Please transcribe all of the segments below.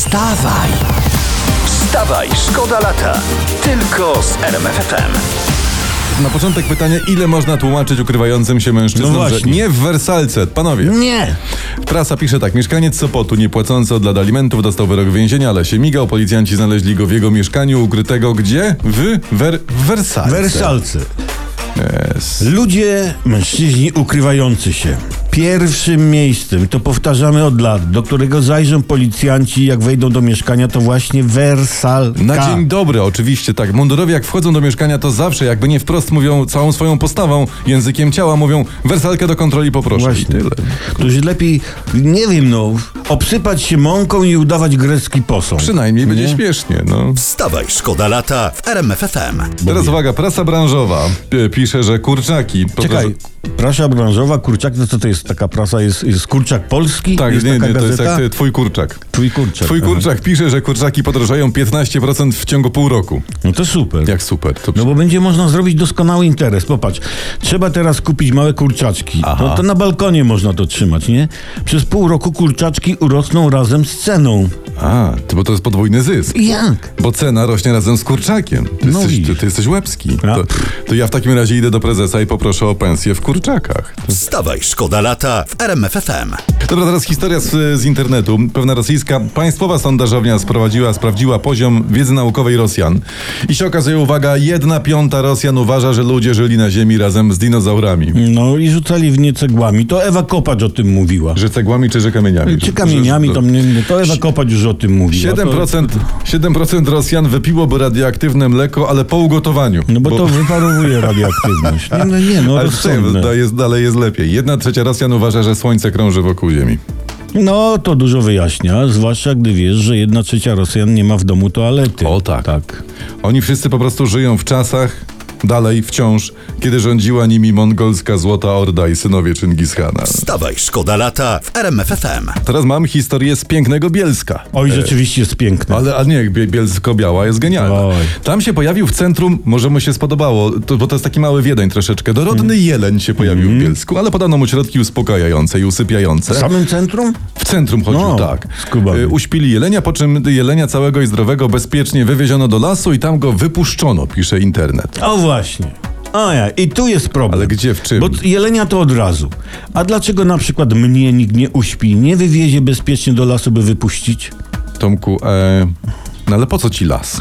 Wstawaj! Wstawaj, szkoda lata. Tylko z RMF FM. Na początek pytanie, ile można tłumaczyć ukrywającym się mężczyznom, No że nie w wersalce, panowie. Nie! Prasa pisze tak, mieszkaniec Sopotu niepłacący od lat alimentów dostał wyrok więzienia, ale się migał. Policjanci znaleźli go w jego mieszkaniu ukrytego gdzie? W wersalce. Wersalce. Yes. Ludzie, mężczyźni ukrywający się. Pierwszym miejscem, to powtarzamy od lat, do którego zajrzą policjanci, jak wejdą do mieszkania, to właśnie wersalka. Na dzień dobry, oczywiście, tak. Mundurowi jak wchodzą do mieszkania, to zawsze, jakby nie wprost mówią całą swoją postawą, językiem ciała, mówią wersalkę do kontroli poproszę. Właśnie. I tyle. Którzy lepiej, nie wiem, obsypać się mąką i udawać grecki posąg. Przynajmniej będzie śmiesznie, no. Wstawaj, szkoda lata w RMF FM. Teraz uwaga, prasa branżowa pisze, że kurczaki... Czekaj, prasa branżowa, kurczak, no co to jest taka prasa? Jest kurczak polski? Tak, jest nie, taka to jest gazeta? jak twój kurczak. Twój kurczak. Twój kurczak pisze, że kurczaki podrożeją 15% w ciągu pół roku. No to super. Jak super. To No bo będzie można zrobić doskonały interes. Popatrz, trzeba teraz kupić małe kurczaczki. Aha. To na balkonie można to trzymać, nie? Przez pół roku kurczaczki urosną razem z ceną. Bo to jest podwójny zysk. Jak? Bo cena rośnie razem z kurczakiem. Ty jesteś łebski. A? To ja w takim razie idę do prezesa i poproszę o pensję w kurczakach. Wstawaj, szkoda lata w RMF FM. Dobra, teraz historia z internetu. Pewna rosyjska państwowa sondażownia sprawdziła poziom wiedzy naukowej Rosjan. I się okazuje, uwaga, 1/5 Rosjan uważa, że ludzie żyli na Ziemi razem z dinozaurami. No i rzucali w nie cegłami. To Ewa Kopacz o tym mówiła. Że cegłami czy że kamieniami? Czy kamieniami, to Ewa Kopacz już o tym mówiła. 7% Rosjan wypiłoby radioaktywne mleko, ale po ugotowaniu. No bo to wyparowuje radioaktywność. Ale rozsądne. dalej jest lepiej. 1/3 Rosjan uważa, że Słońce krąży wokół Ziemi. No, to dużo wyjaśnia, zwłaszcza gdy wiesz, że 1/3 Rosjan nie ma w domu toalety. O tak. Oni wszyscy po prostu żyją w czasach, dalej wciąż, kiedy rządziła nimi mongolska Złota Orda i synowie Czyngischana. Wstawaj, szkoda lata w RMF FM. Teraz mam historię z pięknego Bielska. Oj, rzeczywiście jest piękne. Ale nie, Bielsko-Biała jest genialna. Oj. Tam się pojawił w centrum, może mu się spodobało, bo to jest taki mały Wiedeń troszeczkę. Dorodny jeleń się pojawił w Bielsku, ale podano mu środki uspokajające i usypiające. W samym centrum? W centrum chodził, No, tak. skubany. Uśpili jelenia, po czym jelenia całego i zdrowego bezpiecznie wywieziono do lasu i tam go wypuszczono, pisze internet. O właśnie. I tu jest problem. Ale gdzie, w czym? Bo jelenia to od razu. A dlaczego na przykład mnie nikt nie uśpi, nie wywiezie bezpiecznie do lasu, by wypuścić? Tomku, no ale po co ci las?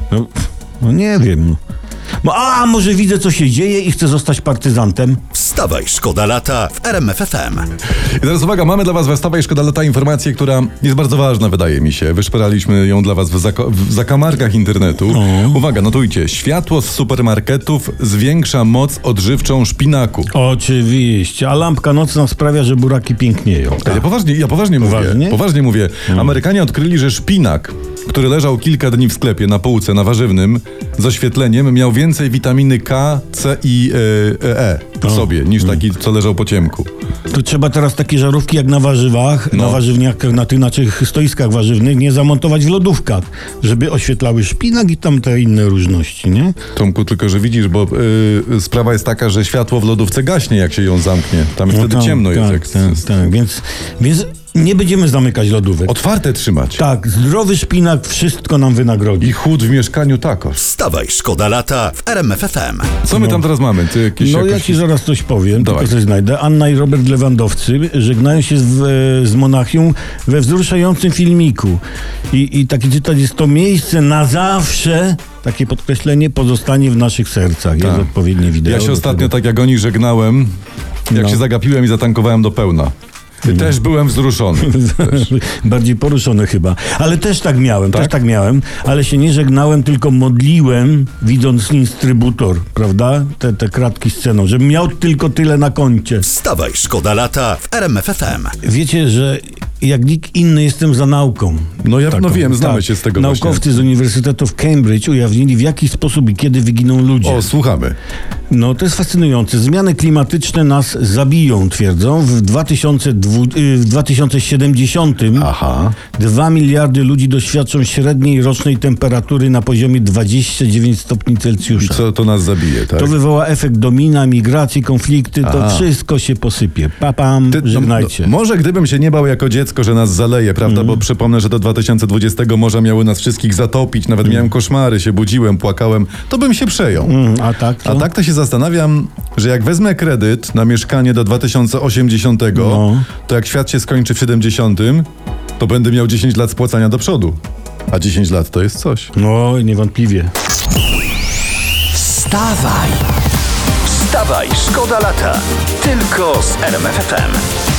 No nie wiem. Może widzę, co się dzieje i chcę zostać partyzantem. Wstawaj, szkoda lata w RMF FM. I teraz uwaga, mamy dla was we Wstawaj Szkoda Lata informację, która jest bardzo ważna, wydaje mi się. Wyszperaliśmy ją dla was w zakamarkach internetu. Uwaga, notujcie. Światło z supermarketów zwiększa moc odżywczą szpinaku. Oczywiście, a lampka nocna sprawia, że buraki pięknieją. Ja poważnie mówię. Poważnie? Poważnie mówię. Amerykanie odkryli, że szpinak, który leżał kilka dni w sklepie na półce, na warzywnym, z oświetleniem, miał więcej witaminy K, C i E w sobie, niż taki, co leżał po ciemku. To trzeba teraz takie żarówki jak na warzywach, na warzywniakach, na tych naszych stoiskach warzywnych, nie zamontować w lodówkach, żeby oświetlały szpinak i tam te inne różności, nie? Tomku, tylko że widzisz, bo sprawa jest taka, że światło w lodówce gaśnie, jak się ją zamknie. Tam wtedy ciemno jest. Tak. Więc nie będziemy zamykać lodówek. Otwarte trzymać. Tak, zdrowy szpinak wszystko nam wynagrodzi. I chłód w mieszkaniu takoż. Wstawaj, szkoda lata w RMF FM. Co my tam teraz mamy? Ty Ja ci zaraz coś powiem, Dawaj. tylko coś znajdę. Anna i Robert Lewandowscy żegnają się z Monachium we wzruszającym filmiku. I taki cytat jest: to miejsce na zawsze, takie podkreślenie, pozostanie w naszych sercach. Jest odpowiednie wideo. Ja się ostatnio, tak jak oni, żegnałem, jak się zagapiłem i zatankowałem do pełna. Też byłem wzruszony. Bardziej poruszony chyba. Ale też tak miałem, Tak? ale się nie żegnałem, tylko modliłem, widząc instrybutor, prawda? Te kratki sceną, żebym miał tylko tyle na koncie. Wstawaj, szkoda lata w RMF FM. Wiecie, że jak nikt inny jestem za nauką. Wiem, znamy się z tego Naukowcy z Uniwersytetu w Cambridge ujawnili, w jaki sposób i kiedy wyginą ludzie. O, słuchamy. To jest fascynujące. Zmiany klimatyczne nas zabiją, twierdzą. W 2070 2 miliardy ludzi doświadczą średniej rocznej temperatury na poziomie 29 stopni Celsjusza. Co to nas zabije, tak? To wywoła efekt domina, migracje, konflikty, to wszystko się posypie. Żegnajcie. Może gdybym się nie bał jako dziecko, dziecko, że nas zaleje, prawda? Bo przypomnę, że do 2020 morza miały nas wszystkich zatopić. Nawet miałem koszmary, się budziłem, płakałem. To bym się przejął. A tak to? A tak to się zastanawiam, że jak wezmę kredyt na mieszkanie do 2080, to jak świat się skończy w 70, to będę miał 10 lat spłacania do przodu. A 10 lat to jest coś. No, niewątpliwie. Wstawaj, szkoda lata. Tylko z RMF FM.